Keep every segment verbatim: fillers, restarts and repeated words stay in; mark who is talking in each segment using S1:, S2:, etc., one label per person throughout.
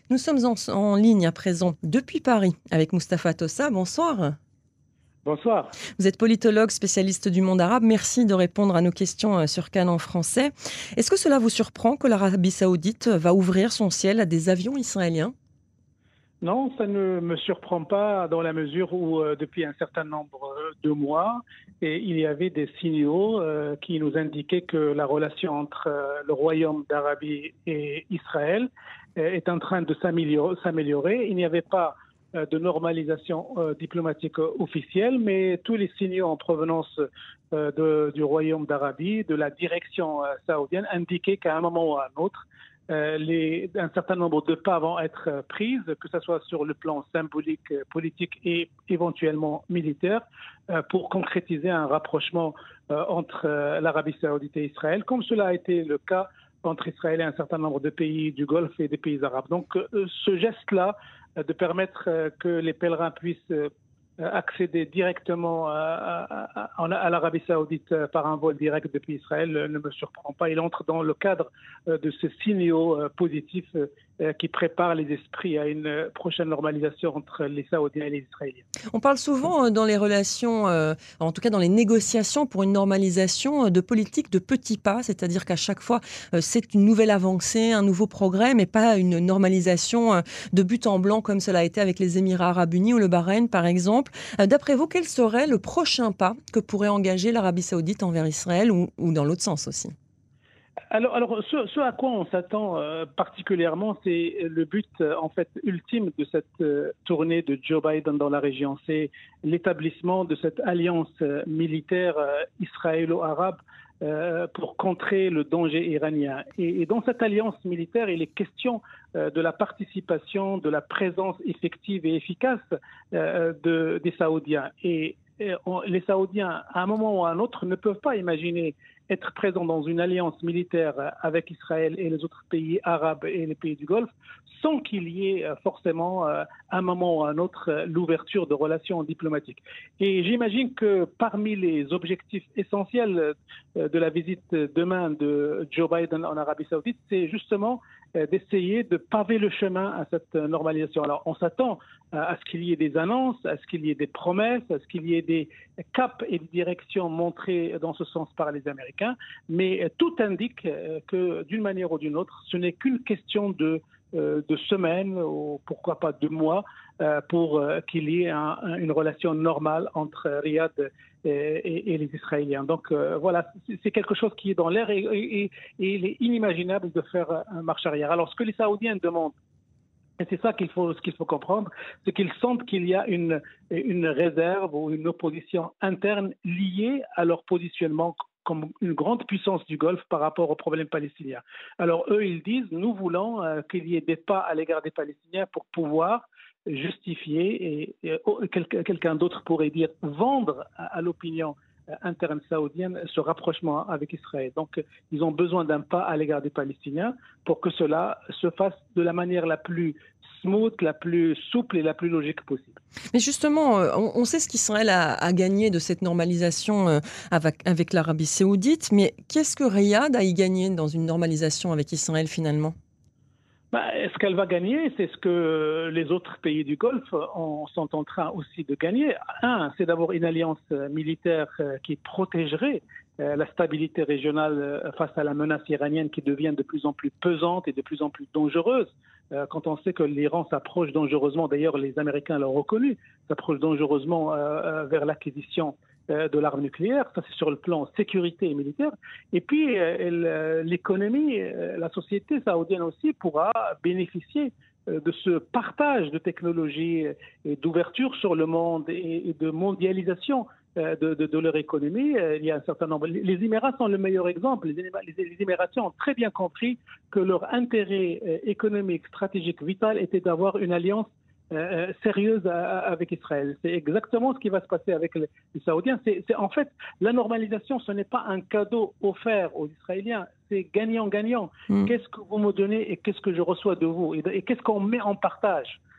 S1: Nous sommes en, en ligne à présent depuis Paris avec Mustapha Tossa. Bonsoir.
S2: Bonsoir.
S1: Vous êtes politologue, spécialiste du monde arabe. Merci de répondre à nos questions sur Cannes en français. Est-ce que cela vous surprend que l'Arabie Saoudite va ouvrir son ciel à des avions israéliens ?
S2: Non, ça ne me surprend pas dans la mesure où euh, depuis un certain nombre de mois, et il y avait des signaux euh, qui nous indiquaient que la relation entre euh, le Royaume d'Arabie et Israël euh, est en train de s'améliorer. s'améliorer. Il n'y avait pas euh, de normalisation euh, diplomatique officielle, mais tous les signaux en provenance euh, de, du Royaume d'Arabie, de la direction euh, saoudienne, indiquaient qu'à un moment ou à un autre, Euh, les, un certain nombre de pas vont être euh, prises, que ce soit sur le plan symbolique, euh, politique et éventuellement militaire, euh, pour concrétiser un rapprochement euh, entre euh, l'Arabie saoudite et Israël, comme cela a été le cas entre Israël et un certain nombre de pays du Golfe et des pays arabes. Donc euh, ce geste-là, euh, de permettre euh, que les pèlerins puissent euh, accéder directement à, à, à, à l'Arabie saoudite par un vol direct depuis Israël ne me surprend pas. Il entre dans le cadre de ces signaux positifs qui préparent les esprits à une prochaine normalisation entre les Saoudiens et les Israéliens.
S1: On parle souvent dans les relations, euh, en tout cas dans les négociations pour une normalisation de politique de petits pas, c'est-à-dire qu'à chaque fois euh, c'est une nouvelle avancée, un nouveau progrès, mais pas une normalisation euh, de but en blanc comme cela a été avec les Émirats arabes unis ou le Bahreïn par exemple. Euh, d'après vous, quel serait le prochain pas que pourrait engager l'Arabie saoudite envers Israël ou, ou dans l'autre sens aussi ?
S2: Alors, alors ce, ce à quoi on s'attend euh, particulièrement, c'est le but euh, en fait ultime de cette euh, tournée de Joe Biden dans la région, c'est l'établissement de cette alliance euh, militaire euh, israélo-arabe euh, pour contrer le danger iranien. Et, et dans cette alliance militaire, il est question euh, de la participation, de la présence effective et efficace euh, de, des Saoudiens. Et, et on, les Saoudiens, à un moment ou à un autre, ne peuvent pas imaginer être présent dans une alliance militaire avec Israël et les autres pays arabes et les pays du Golfe sans qu'il y ait forcément, à un moment ou à un autre, l'ouverture de relations diplomatiques. Et j'imagine que parmi les objectifs essentiels de la visite demain de Joe Biden en Arabie Saoudite, c'est justement d'essayer de paver le chemin à cette normalisation. Alors, on s'attend à ce qu'il y ait des annonces, à ce qu'il y ait des promesses, à ce qu'il y ait des caps et des directions montrées dans ce sens par les Américains, mais tout indique que d'une manière ou d'une autre, ce n'est qu'une question de, de semaines ou pourquoi pas de mois pour qu'il y ait un, une relation normale entre Riyad et, et les Israéliens. Donc euh, voilà, c'est quelque chose qui est dans l'air et, et, et il est inimaginable de faire un marche arrière. Alors ce que les Saoudiens demandent, et c'est ça qu'il faut, ce qu'il faut comprendre, c'est qu'ils sentent qu'il y a une, une réserve ou une opposition interne liée à leur positionnement comme une grande puissance du Golfe par rapport aux problèmes palestiniens. Alors eux, ils disent, nous voulons euh, qu'il y ait des pas à l'égard des Palestiniens pour pouvoir justifier, et, et quelqu'un, quelqu'un d'autre pourrait dire vendre à, à l'opinion interne saoudienne ce rapprochement avec Israël. Donc, ils ont besoin d'un pas à l'égard des Palestiniens pour que cela se fasse de la manière la plus smooth, la plus souple et la plus logique possible.
S1: Mais justement, on, on sait ce qu'Israël a, a gagné de cette normalisation avec, avec l'Arabie saoudite, mais qu'est-ce que Riyad a y gagné dans une normalisation avec Israël finalement ?
S2: Bah, ce qu'elle va gagner, c'est ce que les autres pays du Golfe en, sont en train aussi de gagner. Un, c'est d'avoir une alliance militaire qui protégerait la stabilité régionale face à la menace iranienne qui devient de plus en plus pesante et de plus en plus dangereuse. Quand on sait que l'Iran s'approche dangereusement, d'ailleurs les Américains l'ont reconnu, s'approche dangereusement vers l'acquisition de l'arme nucléaire, ça c'est sur le plan sécurité et militaire. Et puis euh, l'économie, la société saoudienne aussi pourra bénéficier de ce partage de technologies et d'ouverture sur le monde et de mondialisation de, de, de leur économie. Il y a un certain nombre. Les Émirats sont le meilleur exemple. Les, les Émiratiens ont très bien compris que leur intérêt économique, stratégique, vital était d'avoir une alliance Euh, sérieuse à, à, avec Israël. C'est exactement ce qui va se passer avec les, les Saoudiens. C'est, c'est, en fait, la normalisation, ce n'est pas un cadeau offert aux Israéliens, c'est gagnant-gagnant. Mmh. Qu'est-ce que vous me donnez et qu'est-ce que je reçois de vous et, et qu'est-ce qu'on met en partage ?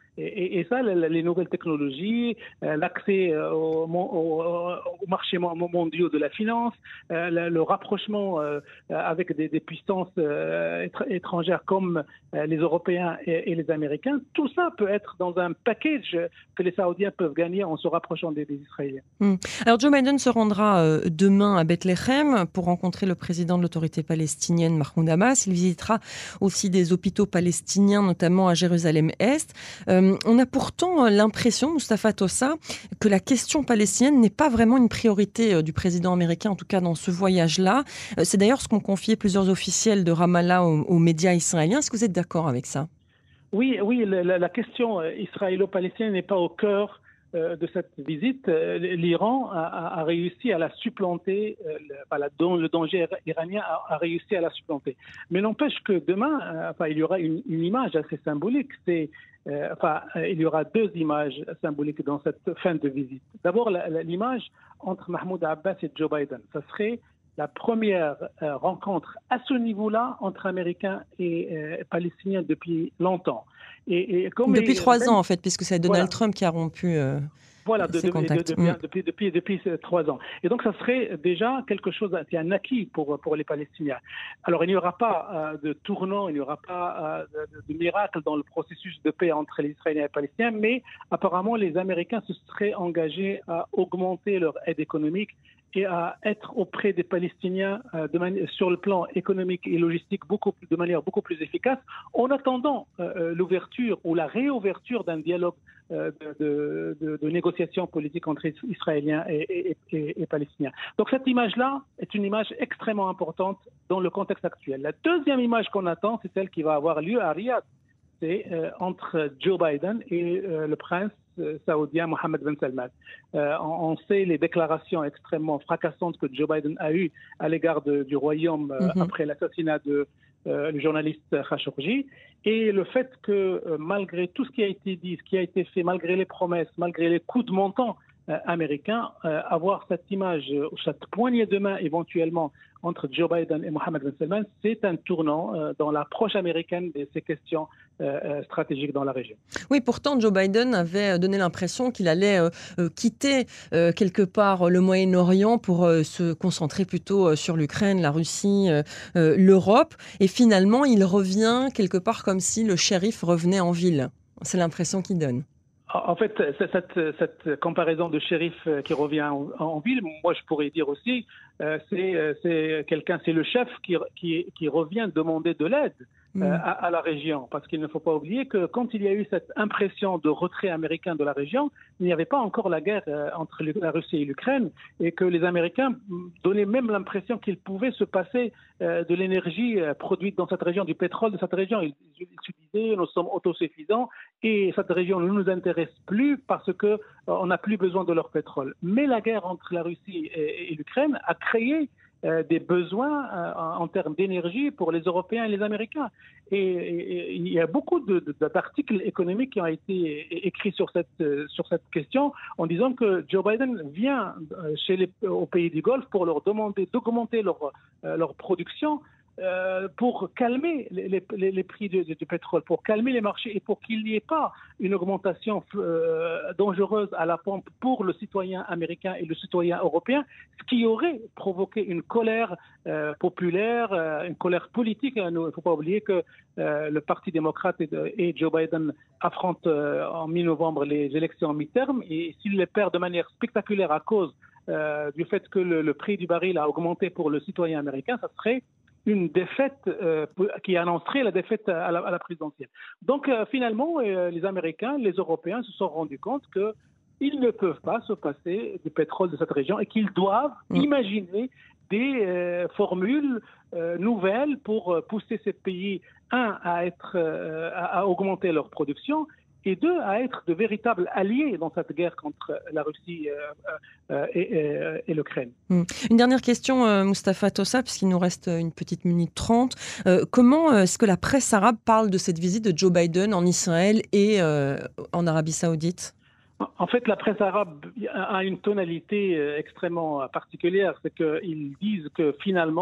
S2: Et, et, et ça, les nouvelles technologies, l'accès aux, aux, aux marchés mondiaux de la finance, le, le rapprochement avec des, des puissances étrangères comme les Européens et, et les Américains, tout ça peut être dans un package que les Saoudiens peuvent gagner en se rapprochant des, des Israéliens.
S1: Mmh. Alors Joe Biden se rendra euh, demain à Bethléem pour rencontrer le président de l'autorité palestinienne Mahmoud Abbas. Il visitera aussi des hôpitaux palestiniens, notamment à Jérusalem-Est. Euh, on a pourtant l'impression, Mustapha Tossa, que la question palestinienne n'est pas vraiment une priorité euh, du président américain, en tout cas dans ce voyage-là. Euh, c'est d'ailleurs ce qu'ont confié plusieurs officiels de Ramallah aux, aux médias israéliens. Est-ce que vous êtes d'accord avec ça ?
S2: Oui, oui, la, la question israélo-palestinienne n'est pas au cœur de cette visite. L'Iran a, a réussi à la supplanter, le, le danger iranien a, a réussi à la supplanter. Mais n'empêche que demain, enfin, il y aura une, une image assez symbolique. C'est, enfin, il y aura deux images symboliques dans cette fin de visite. D'abord, la, la, l'image entre Mahmoud Abbas et Joe Biden. Ça serait la première euh, rencontre à ce niveau-là entre Américains et euh, Palestiniens depuis longtemps.
S1: Et, et comme depuis trois ans, en fait, puisque c'est Donald voilà. Trump qui a rompu euh,
S2: voilà, de,
S1: ses
S2: de,
S1: contacts.
S2: De, de, de, depuis, depuis, depuis trois ans. Et donc, ça serait déjà quelque chose, c'est un acquis pour, pour les Palestiniens. Alors, il n'y aura pas euh, de tournant, il n'y aura pas euh, de, de miracle dans le processus de paix entre les Israéliens et les Palestiniens, mais apparemment, les Américains se seraient engagés à augmenter leur aide économique et à être auprès des Palestiniens euh, de mani- sur le plan économique et logistique beaucoup, de manière beaucoup plus efficace, en attendant euh, l'ouverture ou la réouverture d'un dialogue euh, de, de, de négociation politique entre Israéliens et, et, et, et Palestiniens. Donc cette image-là est une image extrêmement importante dans le contexte actuel. La deuxième image qu'on attend, c'est celle qui va avoir lieu à Riyad. C'est euh, entre Joe Biden et euh, le prince saoudien Mohammed Ben Salman. Euh, on, on sait les déclarations extrêmement fracassantes que Joe Biden a eues à l'égard de, du royaume euh, mm-hmm. après l'assassinat de euh, le journaliste Khashoggi, et le fait que euh, malgré tout ce qui a été dit, ce qui a été fait, malgré les promesses, malgré les coups de montant euh, américains, euh, avoir cette image, euh, cette poignée de main éventuellement entre Joe Biden et Mohammed Ben Salman, c'est un tournant euh, dans l'approche américaine de ces questions euh, stratégiques dans la région.
S1: Oui, pourtant, Joe Biden avait donné l'impression qu'il allait euh, euh, quitter euh, quelque part le Moyen-Orient pour euh, se concentrer plutôt sur l'Ukraine, la Russie, euh, euh, l'Europe. Et finalement, il revient quelque part comme si le shérif revenait en ville. C'est l'impression qu'il donne.
S2: En fait, cette, cette comparaison de shérif qui revient en, en ville, moi je pourrais dire aussi, euh, c'est, c'est quelqu'un, c'est le chef qui, qui, qui revient demander de l'aide euh, à, à la région. Parce qu'il ne faut pas oublier que quand il y a eu cette impression de retrait américain de la région, il n'y avait pas encore la guerre euh, entre la Russie et l'Ukraine, et que les Américains donnaient même l'impression qu'il pouvait se passer euh, de l'énergie euh, produite dans cette région, du pétrole de cette région. Ils, ils se disaient, nous sommes autosuffisants et cette région ne nous intéresse plus parce que euh, on n'a plus besoin de leur pétrole. Mais la guerre entre la Russie et, et l'Ukraine a créé euh, des besoins euh, en, en termes d'énergie pour les Européens et les Américains. Et, et, et il y a beaucoup de, de, d'articles économiques qui ont été écrits sur cette, euh, sur cette question en disant que Joe Biden vient chez les, aux pays du Golfe pour leur demander d'augmenter leur, euh, leur production Euh, pour calmer les, les, les prix du, du pétrole, pour calmer les marchés et pour qu'il n'y ait pas une augmentation euh, dangereuse à la pompe pour le citoyen américain et le citoyen européen, ce qui aurait provoqué une colère euh, populaire, euh, une colère politique. Il ne faut pas oublier que euh, le Parti démocrate et, de, et Joe Biden affrontent euh, en mi-novembre les élections en mi-terme, et s'il les perd de manière spectaculaire à cause euh, du fait que le, le prix du baril a augmenté pour le citoyen américain, ça serait une défaite euh, qui annoncerait la défaite à la, à la présidentielle. Donc euh, finalement, euh, les Américains, les Européens se sont rendus compte qu'ils ne peuvent pas se passer du pétrole de cette région et qu'ils doivent mmh. imaginer des euh, formules euh, nouvelles pour euh, pousser ces pays, un, à, être, euh, à, à augmenter leur production, et deux, à être de véritables alliés dans cette guerre contre la Russie euh, euh, et, et, et l'Ukraine.
S1: Une dernière question, euh, Mustapha Tossa, puisqu'il nous reste une petite minute trente. Euh, comment est-ce que la presse arabe parle de cette visite de Joe Biden en Israël et euh, en Arabie Saoudite ?
S2: En fait, la presse arabe a une tonalité extrêmement particulière. C'est qu'ils disent que finalement,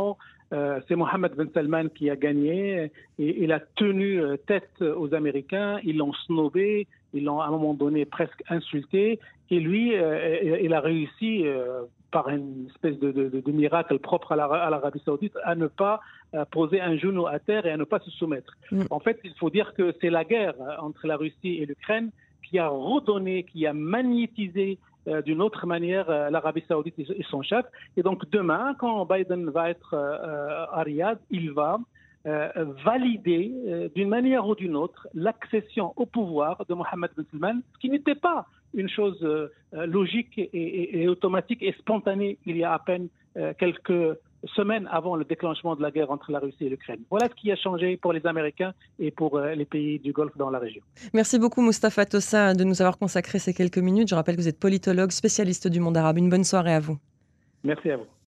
S2: Euh, c'est Mohammed Ben Salman qui a gagné et il a tenu tête aux Américains. Ils l'ont snobé, ils l'ont à un moment donné presque insulté. Et lui, euh, il a réussi, euh, par une espèce de, de, de miracle propre à l'Arabie Saoudite, à ne pas poser un genou à terre et à ne pas se soumettre. Mm. En fait, il faut dire que c'est la guerre entre la Russie et l'Ukraine qui a redonné, qui a magnétisé euh, d'une autre manière euh, l'Arabie Saoudite et son chef. Et donc demain, quand Biden va être euh, à Riyad, il va euh, valider euh, d'une manière ou d'une autre l'accession au pouvoir de Mohammed Ben Salman, ce qui n'était pas une chose euh, logique et, et, et automatique et spontanée il y a à peine euh, quelques semaines avant le déclenchement de la guerre entre la Russie et l'Ukraine. Voilà ce qui a changé pour les Américains et pour euh, les pays du Golfe dans la région.
S1: Merci beaucoup Mustapha Tossa de nous avoir consacré ces quelques minutes. Je rappelle que vous êtes politologue, spécialiste du monde arabe. Une bonne soirée à vous.
S2: Merci à vous.